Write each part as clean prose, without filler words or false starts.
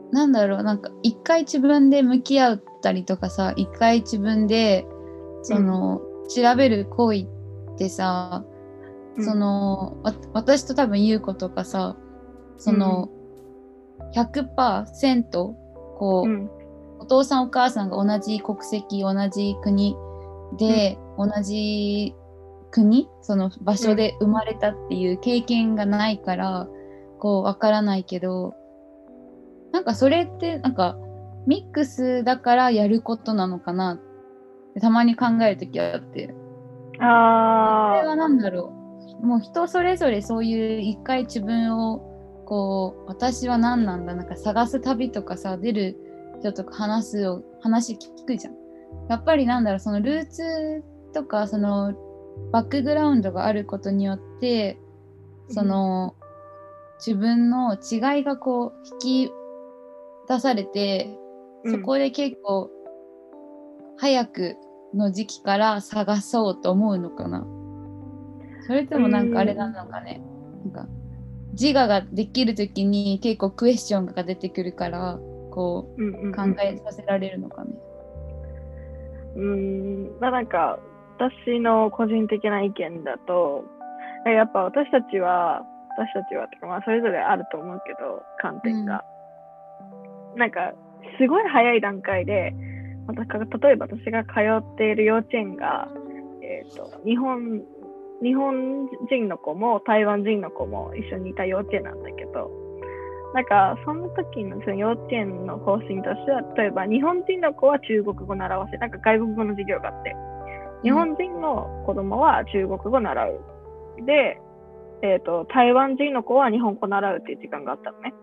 なんだろう、なんか一回自分で向き合ったりとかさ、一回自分でその、調べる行為ってさ、その私と多分優子とかさ、その、100% こう、お父さんお母さんが同じ国籍同じ国で、同じ国その場所で生まれたっていう経験がないからこうわからないけど、なんかそれってなんかミックスだからやることなのかなってたまに考えるときあって、それはなんだろう、もう人それぞれそういう一回自分をこう私は何なんだなんか探す旅とかさ、出る人とか話聞くじゃん。やっぱりなんだろう、そのルーツとかそのバックグラウンドがあることによってその自分の違いがこう引き出されて、そこで結構早くの時期から探そうと思うのかな。それともなんかあれなのかね、なんか自我ができるときに結構クエスチョンが出てくるからこう考えさせられるのかね。 まあなんか私の個人的な意見だと、やっぱ私たちはってかまあそれぞれあると思うけど観点が、なんかすごい早い段階で、例えば私が通っている幼稚園が、日本人の子も台湾人の子も一緒にいた幼稚園なんだけど、なんかその時のその幼稚園の方針としては、例えば日本人の子は中国語習わせ、なんか外国語の授業があって、日本人の子供は中国語習う。で、台湾人の子は日本語習うっていう時間があったのね。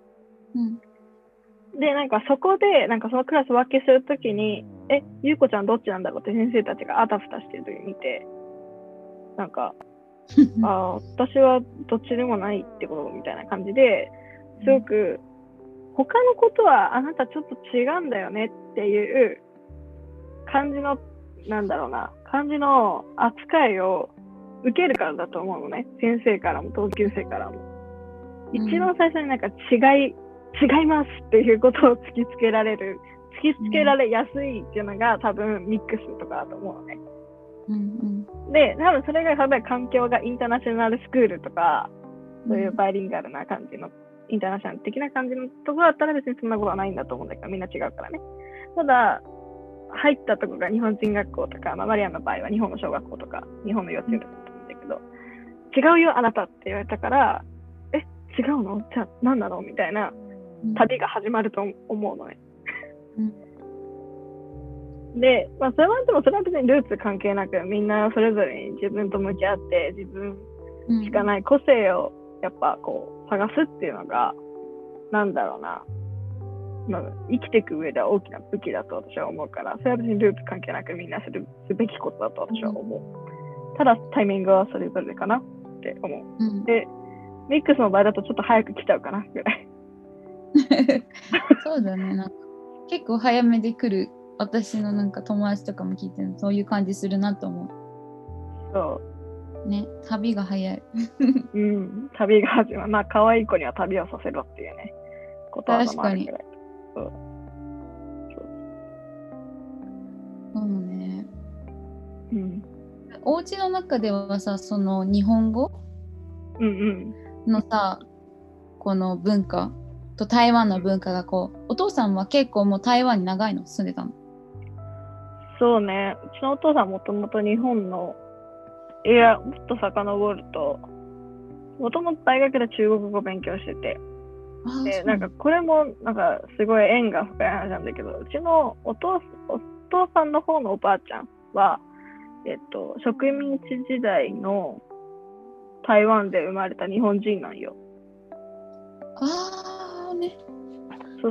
で、なんかそこで、なんかそのクラス分けするときに、ゆうこちゃんどっちなんだろうって先生たちがあたふたしてるとき見て、なんか、私はどっちでもないってことみたいな感じで、すごく、他のことはあなたちょっと違うんだよねっていう感じの、なんだろうな、感じの扱いを受けるからだと思うのね。先生からも同級生からも。一番最初になんか違いますっていうことを突きつけられやすいっていうのが多分ミックスとかだと思うのね。で、多分それが例えば環境がインターナショナルスクールとか、そういうバイリンガルな感じの、インターナショナル的な感じのところだったら別にそんなことはないんだと思うんだけど、みんな違うからね。ただ、入ったところが日本人学校とか、マリアの場合は日本の小学校とか、日本の幼稚園だったと思うんだけど、違うよあなたって言われたから、違うの？じゃあ何なの？みたいな旅が始まると思うのね。で、まあそれは別にルーツ関係なく、みんなそれぞれに自分と向き合って自分しかない個性をやっぱこう探すっていうのが、なんだろうな、生きていく上では大きな武器だと私は思うから、それは別にルーツ関係なくみんなすべきことだと私は思う。ただタイミングはそれぞれかなって思う。で、ミックスの場合だとちょっと早く来ちゃうかなぐらい。 そうだね、なんか結構早めで来る。私のなんか友達とかも聞いてる、そういう感じするなと思う。 そうね、旅が早い。 旅が始まる。まあ可愛い子には旅をさせろっていうね、ことわざもあるくらい。 そうね。お家の中ではさ、その日本語のさ、この文化と台湾の文化がこう、お父さんは結構もう台湾に長いの住んでたの？ そうね、うちのお父さんもともと日本の、いや、もっと遡ると、もともと大学で中国語を勉強してて、で、なんかこれもなんかすごい縁が深い話なんだけど、うちのお父さんの方のおばあちゃんは、植民地時代の台湾で生まれた日本人なんよ。 ね。 そう、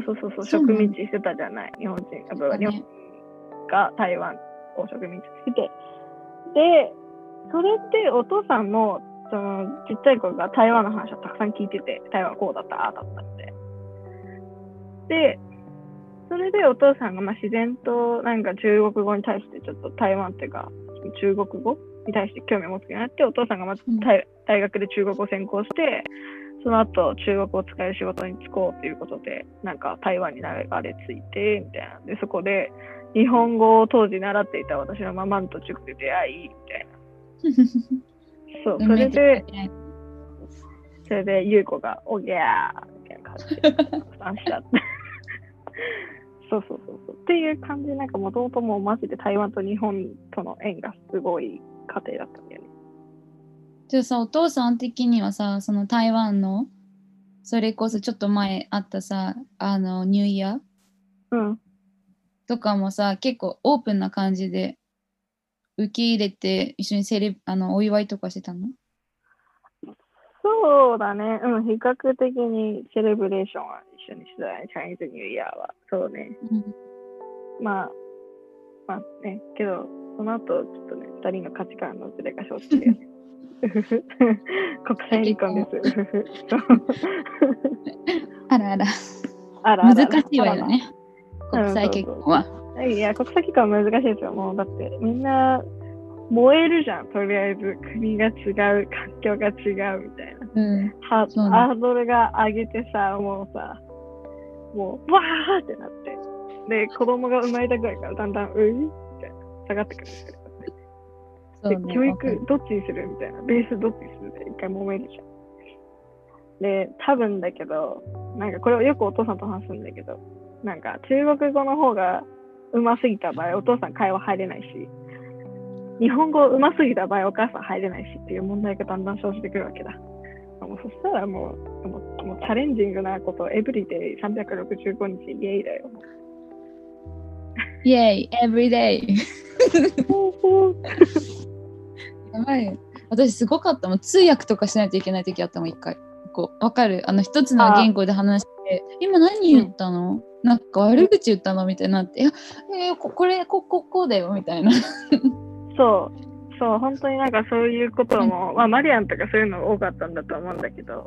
植民地してたじゃない、日本人。日本が台湾を植民地してて。で、それってお父さんも、そのちっちゃい頃が台湾の話をたくさん聞いてて、台湾こうだった、ああだったって。で、それでお父さんが自然となんか中国語に対してちょっと台湾っていうか中国語に対して興味を持つようになって、お父さんがまず大学で中国語を専攻して、 その後中国を使える仕事に就こうということで、なんか台湾に流れ着いてみたいな。でそこで日本語を当時習っていた私のママンと塾で出会いみたいな。そう、それで優子がおぎゃーみたいな感じで参したって。そうっていう感じ。なんかもともともうマジで台湾と日本との縁がすごい家庭だったんだよね。 じゃあさ、お父さん的にはさ、その台湾のそれこそちょっと前あったさ、ニューイヤーとかもさ、結構オープンな感じで受け入れて一緒にお祝いとかしてたの？ そうだね。比較的にセレブレーションは一緒にしてたね。チャイニーズニューイヤーは。そうね。まあね、けど、その後、ちょっとね、2人の価値観のズレが生じてるよね。国際離婚です。 あらあら。難しいわよね。国際結婚は。 いや、国際結婚は難しいですよ。もうだってみんな燃えるじゃん。とりあえず国が違う、環境が違うみたいな。ハードルが上げてさ、もうわーってなって。で、子供が生まれたぐらいからだんだん、みたいな、下がってくるんですよ。で、教育どっちにするみたいな。ベースどっちにするって一回揉めるじゃん。で、多分だけど、なんかこれをよくお父さんと話すんだけど、なんか中国語の方が上手すぎた場合、お父さん会話入れないし、日本語上手すぎた場合、お母さん入れないしっていう問題がだんだん生じてくるわけだ。もうそしたらもうチャレンジングなことをエブリデイ365日イエイだよ。 イエイ、エブリデイ。やばい。私すごかったもん。通訳とかしないといけない時あったもん、一回。わかる？一つの言語で話して、今何言ったの？なんか悪口言ったのみたいになって、これ、こうだよみたいな。 そう、本当になんかそういうことも、マリアンとかそういうの多かったんだと思うんだけど、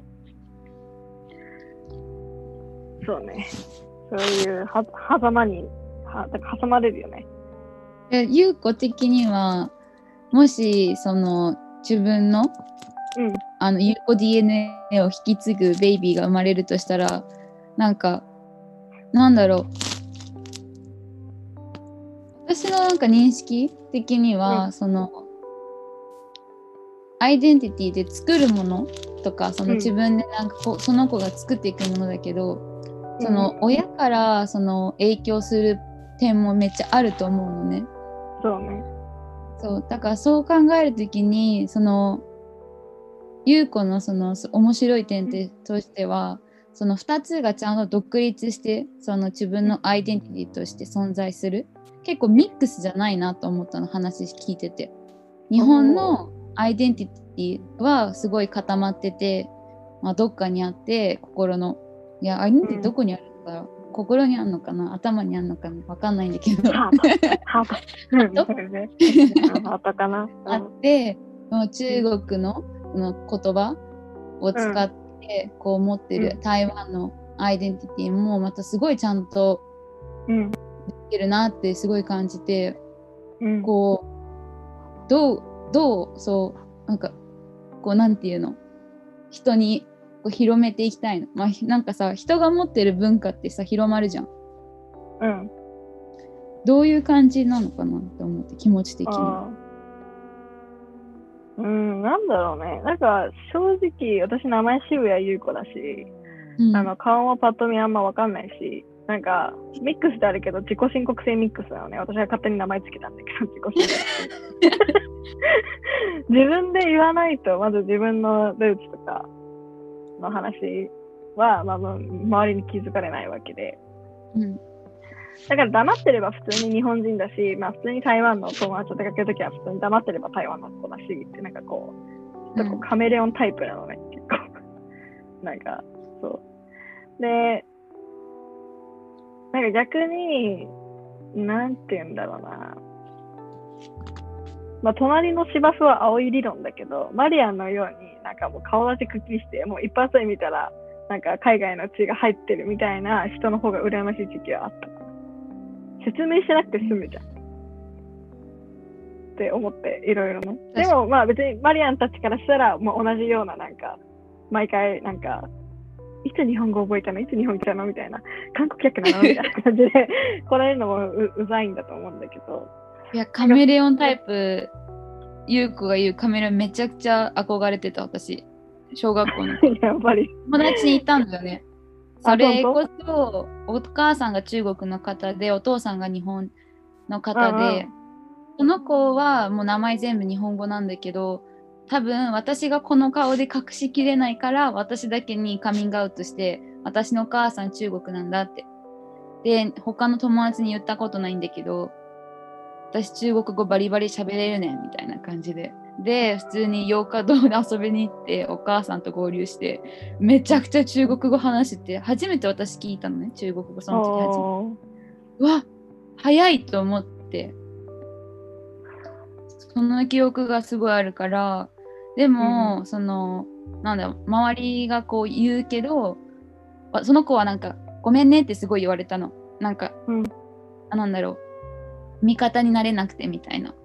そうね、そういう狭間に挟まれるよね。 優子的には、もしその自分の優子 DNA を引き継ぐベイビーが生まれるとしたら、なんだろう、私の認識的には、そのアイデンティティで作るものとか、その自分でその子が作っていくものだけど、その親からその影響する点もめっちゃあると思うのね。 そうね。 そうだからそう考えるときに、その優子のその面白い点としては、その2つがちゃんと独立してその自分のアイデンティティとして存在する。結構ミックスじゃないなと思ったの、話聞いてて。日本のアイデンティティはすごい固まってて、どっかにあって、心のアイデンティティどこにあるのか、心にあるのかな、頭にあるのかな、分かんないんだけどハートかなあって、中国の言葉を使ってこう持ってる台湾のアイデンティティもまたすごいちゃんとできてるなってすごい感じて、こうどうそうこうなんていうの、人にこう広めていきたいの。なんかさ、人が持ってる文化ってさ広まるじゃん。どういう感じなのかなって思って、気持ち的に。 なんだろうね。なんか正直私名前渋谷優子だし、顔もパッと見あんま分かんないし、なんかミックスであるけど自己申告制ミックスなのね。私は勝手に名前つけたんだけど、自己申告自分で言わないと、まず自分のルーツとかの話は、周りに気づかれないわけで、だから黙ってれば普通に日本人だし、普通に台湾の友達と出かけるときは普通に黙ってれば台湾の子だしって、なんかこうカメレオンタイプなのね、結構なんかそうで、なんか逆になんて言うんだろうな、隣の芝生は青い理論だけど、マリアンのようになんかもう顔立ちくっきりして、もう一発で見たらなんか海外の血が入ってるみたいな人の方が羨ましい時期はあった。説明しなくて済むじゃんって思って、いろいろね。でも別にマリアンたちからしたらもう同じようななんか毎回なんか、いつ日本語覚えたのいつ日本行ったのみたいな、韓国客なのみたいな感じで来られるのもうざいんだと思うんだけど。 いや、カメレオンタイプ、ゆう子が言うカメレオンめちゃくちゃ憧れてた、私。小学校のやっぱり。 友達にいたんだよね。それこそ、お母さんが中国の方で、お父さんが日本の方で、その子はもう名前全部日本語なんだけど、多分私がこの顔で隠しきれないから私だけにカミングアウトして私のお母さん中国なんだってで他の友達に言ったことないんだけど私中国語バリバリ喋れるねんみたいな感じで普通に洋華堂で遊びに行ってお母さんと合流してめちゃくちゃ中国語話してて初めて私聞いたのね中国語その時初めてうわ早いと思ってその記憶がすごいあるからでも、そのなんだ周りがこう言うけどその子はなんかごめんねってすごい言われたのなんか、なんだろう味方になれなくてみたいな、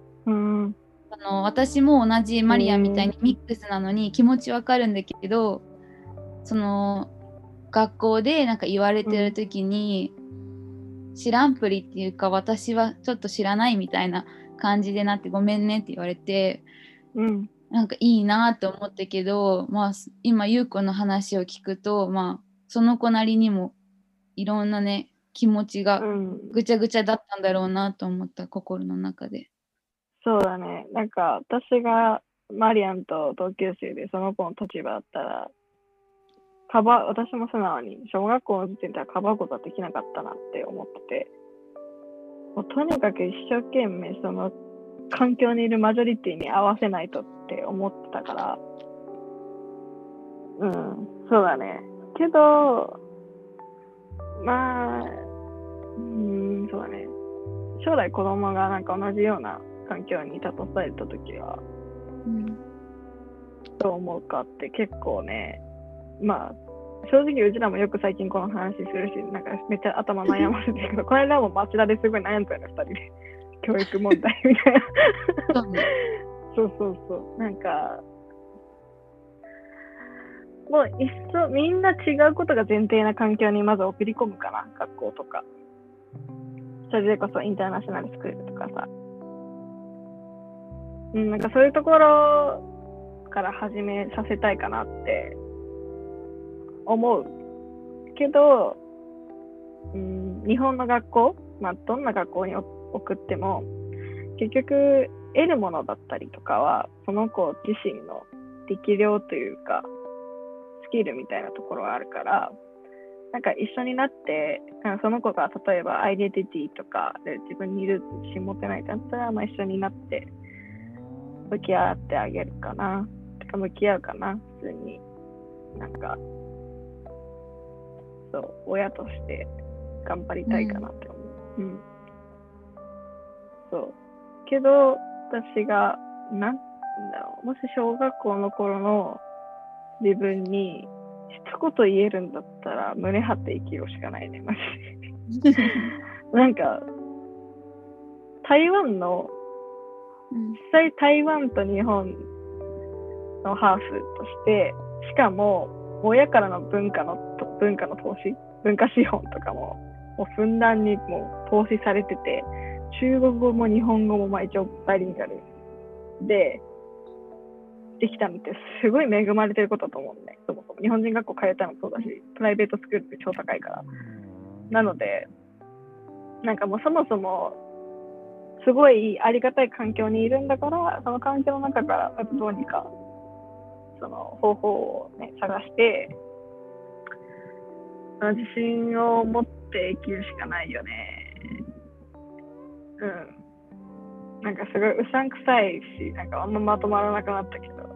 私も同じマリアみたいにミックスなのに気持ちわかるんだけどその学校でなんか言われてる時に、知らんぷりっていうか私はちょっと知らないみたいな感じでなってごめんねって言われて、なんかいいなって思ったけど、まあ、今優子の話を聞くと、まあ、その子なりにもいろんなね気持ちがぐちゃぐちゃだったんだろうなと思った、心の中で。 そうだね。なんか私がマリアンと同級生でその子の立場だったら私も素直に小学校の時点ではかばうことはできなかったなって思ってて、もうとにかく一生懸命その環境にいるマジョリティに合わせないとって思ってたから、そうだね。けど、まあ、そうだね。将来子供がなんか同じような環境に立たされたときは、どう思うかって結構ね、まあ、正直うちらもよく最近この話するし、なんかめっちゃ頭悩ませてるけど、この間も町田ですごい悩んだよね、2人で。教育問題みたいな。そう。なんか、もういっそみんな違うことが前提な環境にまず送り込むかな、学校とか。それでこそインターナショナルスクールとかさ。なんかそういうところから始めさせたいかなって思うけど、日本の学校、まあどんな学校に送っても結局得るものだったりとかはその子自身の力量というかスキルみたいなところがあるから、なんか一緒になってその子が例えばアイデンティティとかで自分にいる自信持てないんだったら、まあ、一緒になって向き合ってあげるかな。てか向き合うかな、普通に。なんかそう親として頑張りたいかなって思う。そうけど私がなんだろう、もし小学校の頃の自分に一言言えるんだったら胸張って生きるしかないね、マジで。なんか台湾の実際台湾と日本のハーフとしてしかも親からの文化の投資、文化資本とかもうふんだんにもう投資されてて、中国語も日本語もまあ一応バイリンガルでできたのってすごい恵まれてることだと思うんね。そもそも日本人学校通ったのもそうだし、プライベートスクールって超高いから。なのでなんかもうそもそもすごいありがたい環境にいるんだから、その環境の中からどうにかその方法を、ね、探して自信を持って生きるしかないよね。なんかすごいうさんくさいし、なんかあんままとまらなくなったけど、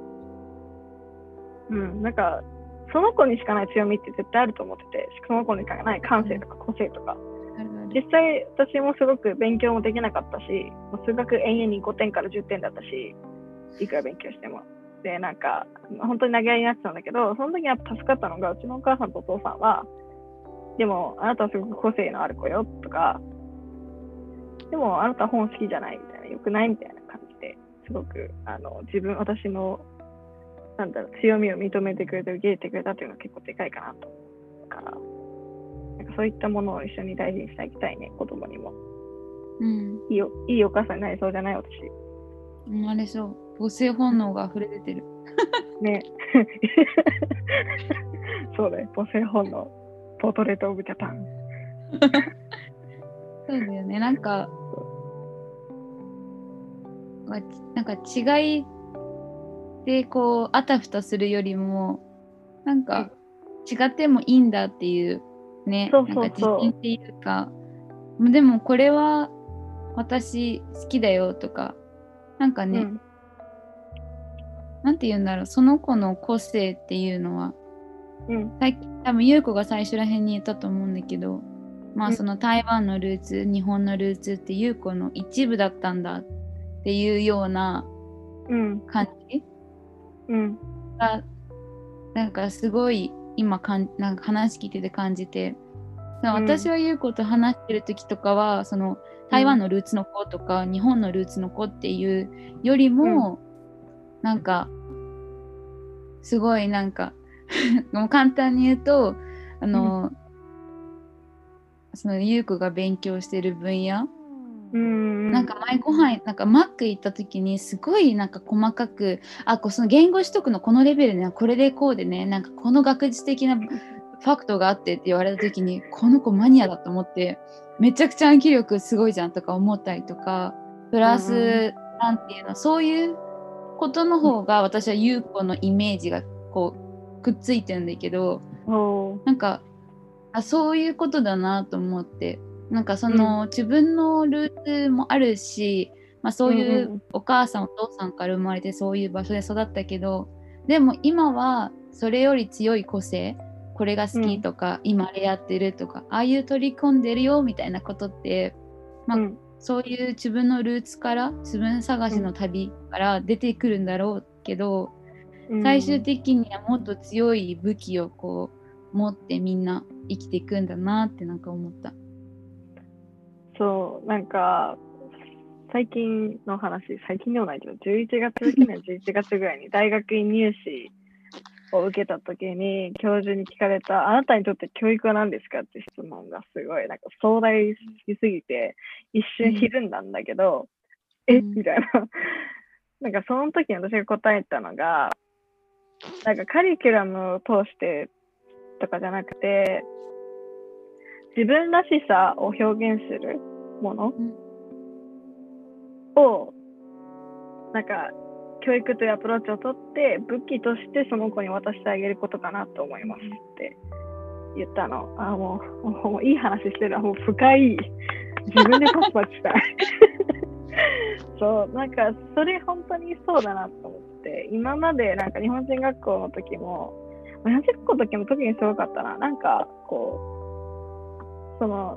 なんかその子にしかない強みって絶対あると思ってて、その子にしかない感性とか個性とか。実際私もすごく勉強もできなかったし、数学延々に5点から10点だったし、いくら勉強しても。で、なんか本当に投げ合いになってたんだけど、その時やっぱ助かったのが、うちのお母さんとお父さんは、でもあなたはすごく個性のある子よとか、でもあなたは本好きじゃないみたいな、よくないみたいな感じで、すごく私なんだろう、強みを認めてくれて受け入れてくれたっていうのが結構でかいかなと思うから、なんかそういったものを一緒に大事にしてあげたいね、子供にも。いいお母さんになりそうじゃない私。 あれそう、母性本能が溢れ出てる。 ね。そうだよ、母性本能。ポートレートオブジャパン。 そうだよね、なんか違いでこうあたふたするよりも、なんか違ってもいいんだっていうね、 そうなんか自信っていうか、でもこれは私好きだよとか、なんかね、なんて言うんだろう、その子の個性っていうのは、多分優子が最初らへんに言ったと思うんだけど、まあその台湾のルーツ、日本のルーツって優子の一部だったんだっていうような感じが、なんかすごい今なんか話聞いてて感じて、私は優子と話してる時とかは、その台湾のルーツの子とか、日本のルーツの子っていうよりも、なんかすごいなんかもう簡単に言うと、その優子が勉強してる分野、なんか前ご飯なんかマック行った時にすごいなんか細かく、その言語取得のこのレベルでこれでこうでね、なんかこの学術的なファクトがあってって言われた時に、この子マニアだと思って、めちゃくちゃ暗記力すごいじゃんとか思ったりとか、プラスなんていうの、そういうことの方が私は優子のイメージがこうくっついてるんだけど、なんかそういうことだなと思って、なんかその、自分のルーツもあるし、そういうお母さんお父さんから生まれてそういう場所で育ったけど、でも今はそれより強い個性、これが好きとか、今あれやってるとか、ああいう取り込んでるよみたいなことって、そういう自分のルーツから自分探しの旅から出てくるんだろうけど、最終的にはもっと強い武器をこう持ってみんな生きていくんだなってなんか思った。 そう、なんか最近の話、最近でもないけど、去年11月ぐらいに大学院入試を受けた時に教授に聞かれた、あなたにとって教育は何ですかって質問がすごいなんか壮大しすぎて一瞬ひるんだんだけど、みたいな。なんかその時に私が答えたのが、なんかカリキュラムを通してとかじゃなくて、自分らしさを表現するものを、なんか教育というアプローチをとって武器としてその子に渡してあげることかなと思いますって言ったの。もういい話してる。もう深い。自分でパチパチしたい。そう、なんかそれ本当にそうだなと思って、今までなんか日本人学校の時も、日本人学校の時も特にすごかったな。なんかこう、その、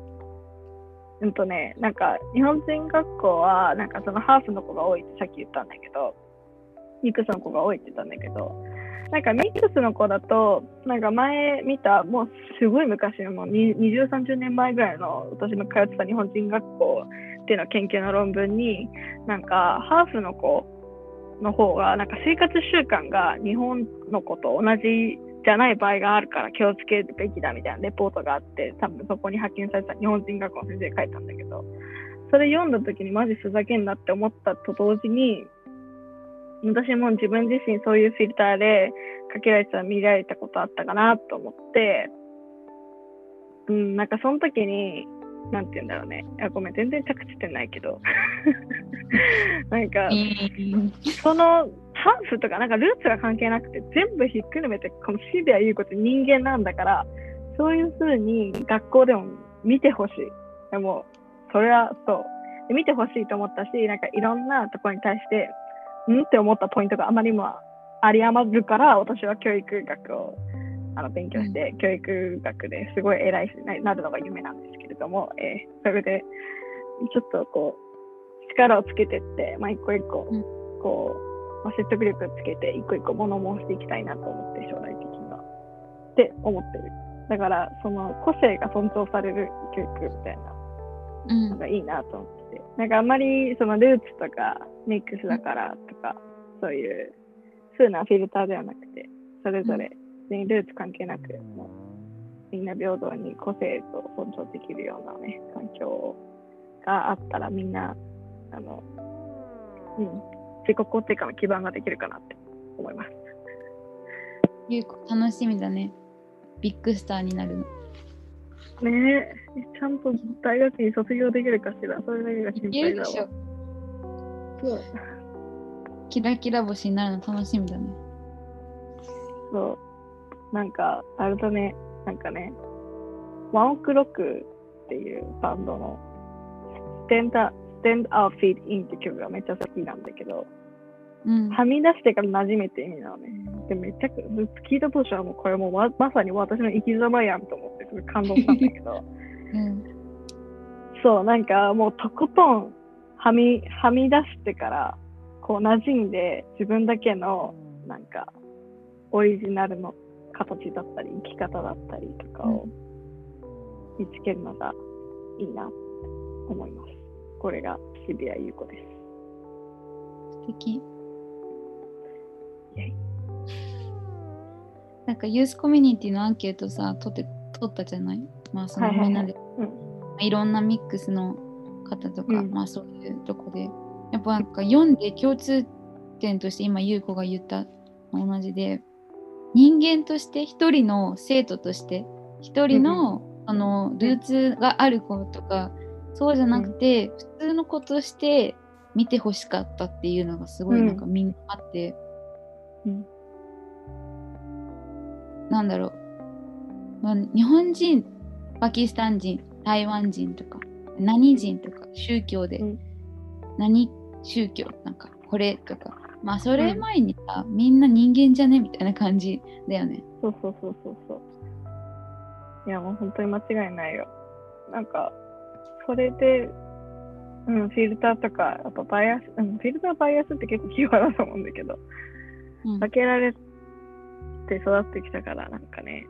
なんか日本人学校はなんかそのハーフの子が多いってさっき言ったんだけど、ミックスの子が多いって言ったんだけど、なんかミックスの子だと、なんか前見た、もうすごい昔のもう20、30年前ぐらいの私の通ってた日本人学校っていうの研究の論文に、なんかハーフの子の方がなんか生活習慣が日本の子と同じじゃない場合があるから気をつけるべきだみたいなレポートがあって、多分そこに発見された日本人学校の先生が書いたんだけど、それ読んだ時にマジふざけんなって思ったと同時に、私も自分自身そういうフィルターでかけられて見られたことあったかなと思って、なんかその時になんて言うんだろうね、ごめん全然着地点ないけどなんかそのハーフとかなんかルーツが関係なくて全部ひっくるめてこのシビア言うこと人間なんだから、そういう風に学校でも見てほしい。でもそれはそう見てほしいと思ったし、なんかいろんなところに対してって思ったポイントがあまりもあり余るから、私は教育学を勉強して、教育学ですごい偉い人になるのが夢なんですけれども、それでちょっとこう力をつけてって、一個一個こう、説得力つけて一個一個物申していきたいなと思って、将来的にはって思ってる。だからその個性が尊重される教育みたいなのがいいなと思ってて、なんかあんまりそのルーツとかミックスだからとか、そういう数なフィルターではなくて、それぞれ別にルーツ関係なく、もうみんな平等に個性と尊重できるようなね、環境があったらみんな、自己肯定感の基盤ができるかなって思います。 ゆうこ楽しみだね。ビッグスターになるの。 ねえ、ちゃんと大学に卒業できるかしら。それだけが心配だわ。そう。 キラキラ星になるの楽しみだね。 そう。なんか、あれだね、ワンオクロックっていうバンドのStand Our Feet In って曲がめっちゃ好きなんだけど、はみ出してから馴染めって意味なのね。でめっちゃ聞いた当初はもうこれもまさに私の生き様やんと思ってすごい感動したんだけど、そうなんかもうとことんはみ出してからこう馴染んで自分だけのなんかオリジナルの形だったり生き方だったりとかを見つけるのがいいなと思います。これが渋谷優子です。 素敵。なんかユースコミュニティのアンケートさ取ったじゃない。まあそのみんなで、いろんなミックスの方とか、まあそういうとこでやっぱなんか読んで共通点として今優子が言ったの同じで、人間として一人の生徒として一人の、ルーツがある子とか、そうじゃなくて、普通の子として見てほしかったっていうのがすごいなんかみんなあって、なんだろう、まあ、日本人、パキスタン人、台湾人とか何人とか宗教で、何宗教なんかこれとか、まあそれ前にさ、みんな人間じゃねみたいな感じだよね。 そう。いやもう本当に間違いないよ。なんかそれで、フィルターとかあとバイアス、フィルターバイアスって結構キーワードだと思うんだけど、分けられて育ってきたからなんかね、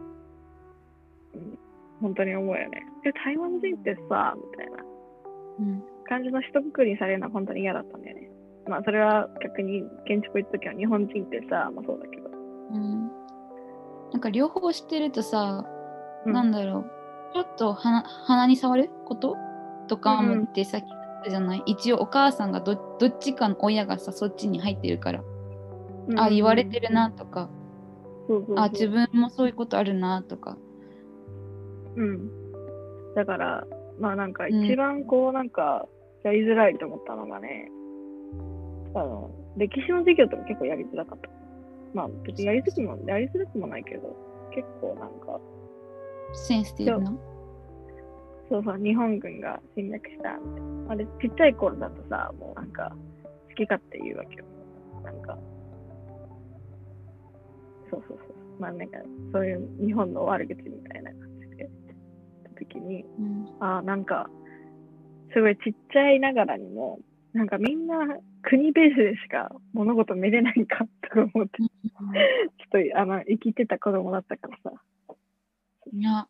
本当に思うよね。台湾人ってさみたいな感じの一括りにされるのは本当に嫌だったんだよね。まあそれは逆に現地行った時は日本人ってさ、まあそうだけど、 なんか両方知ってるとさ、なんだろう、ちょっと鼻に触ることとかもってさっき言ったじゃない。一応お母さんがどっちかの親がさそっちに入ってるから、あ言われてるなとか、あ自分もそういうことあるなとか。 だからまあなんか一番こうなんかやりづらいと思ったのがね、歴史の授業とか結構やりづらかった。まあ別にやりづらくもないけど、結構なんかセンシティブな。 そう日本軍が侵略したみたいな。あれちっちゃい頃だとさ、もうなんか好き勝手言うわけよ。なんかそうまあなんかそういう日本の悪口みたいな感じで時に、なんかすごいちっちゃいながらにもなんかみんな国ベースでしか物事見れないかとか思って、ちょっと生きてた子供だったからさ。 いや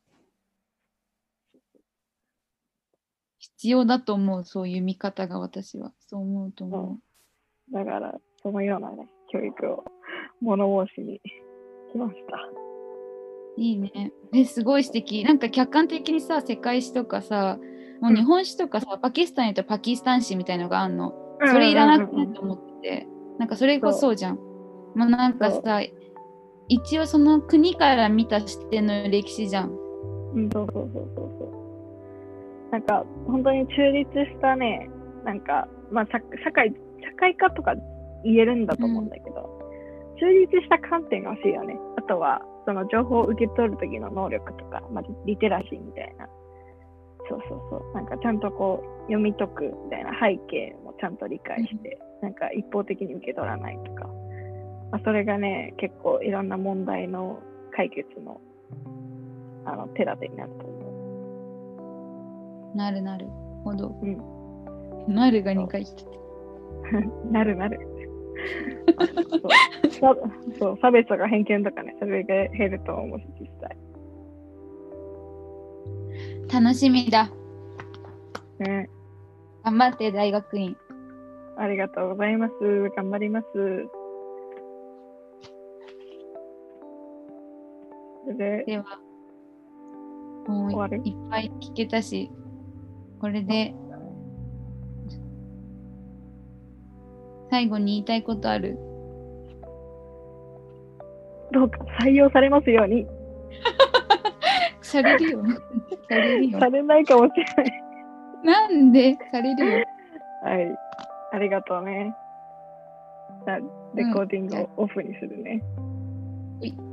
必要だと思う、そういう見方が。私はそう思うと思う。だからそのようなね教育を物申しに来ました。 いいね。すごい素敵。なんか客観的にさ、世界史とかさ、もう日本史とかさ、パキスタンにとパキスタン史みたいのがあるの。それいらなくないと思ってて、なんかそれこそじゃん。もうなんかさ、一応その国から見た視点の歴史じゃん。 そう。なんか本当に中立したね、なんかまあ社会科とか言えるんだと思うんだけど、中立した観点が欲しいよね。あとはその情報を受け取る時の能力とか、まあ、リテラシーみたいな。そうなんかちゃんとこう読み解くみたいな背景もちゃんと理解して、なんか一方的に受け取らないとか、まあ、それがね結構いろんな問題の解決の手立てになると思う。なるほど。なるが2回来てなるそう差別とか偏見とかね、それが減ると思うし、実際楽しみだね。 頑張って大学院。 ありがとうございます。頑張ります。 では、もういっぱい聞けたし、これで、最後に言いたいことある？ どうか採用されますように。 されるよ。されるよ。 されないかもしれない。 なんで？されるよ。 はい。ありがとうね。じゃあ、レコーディングをオフにするね。 はい。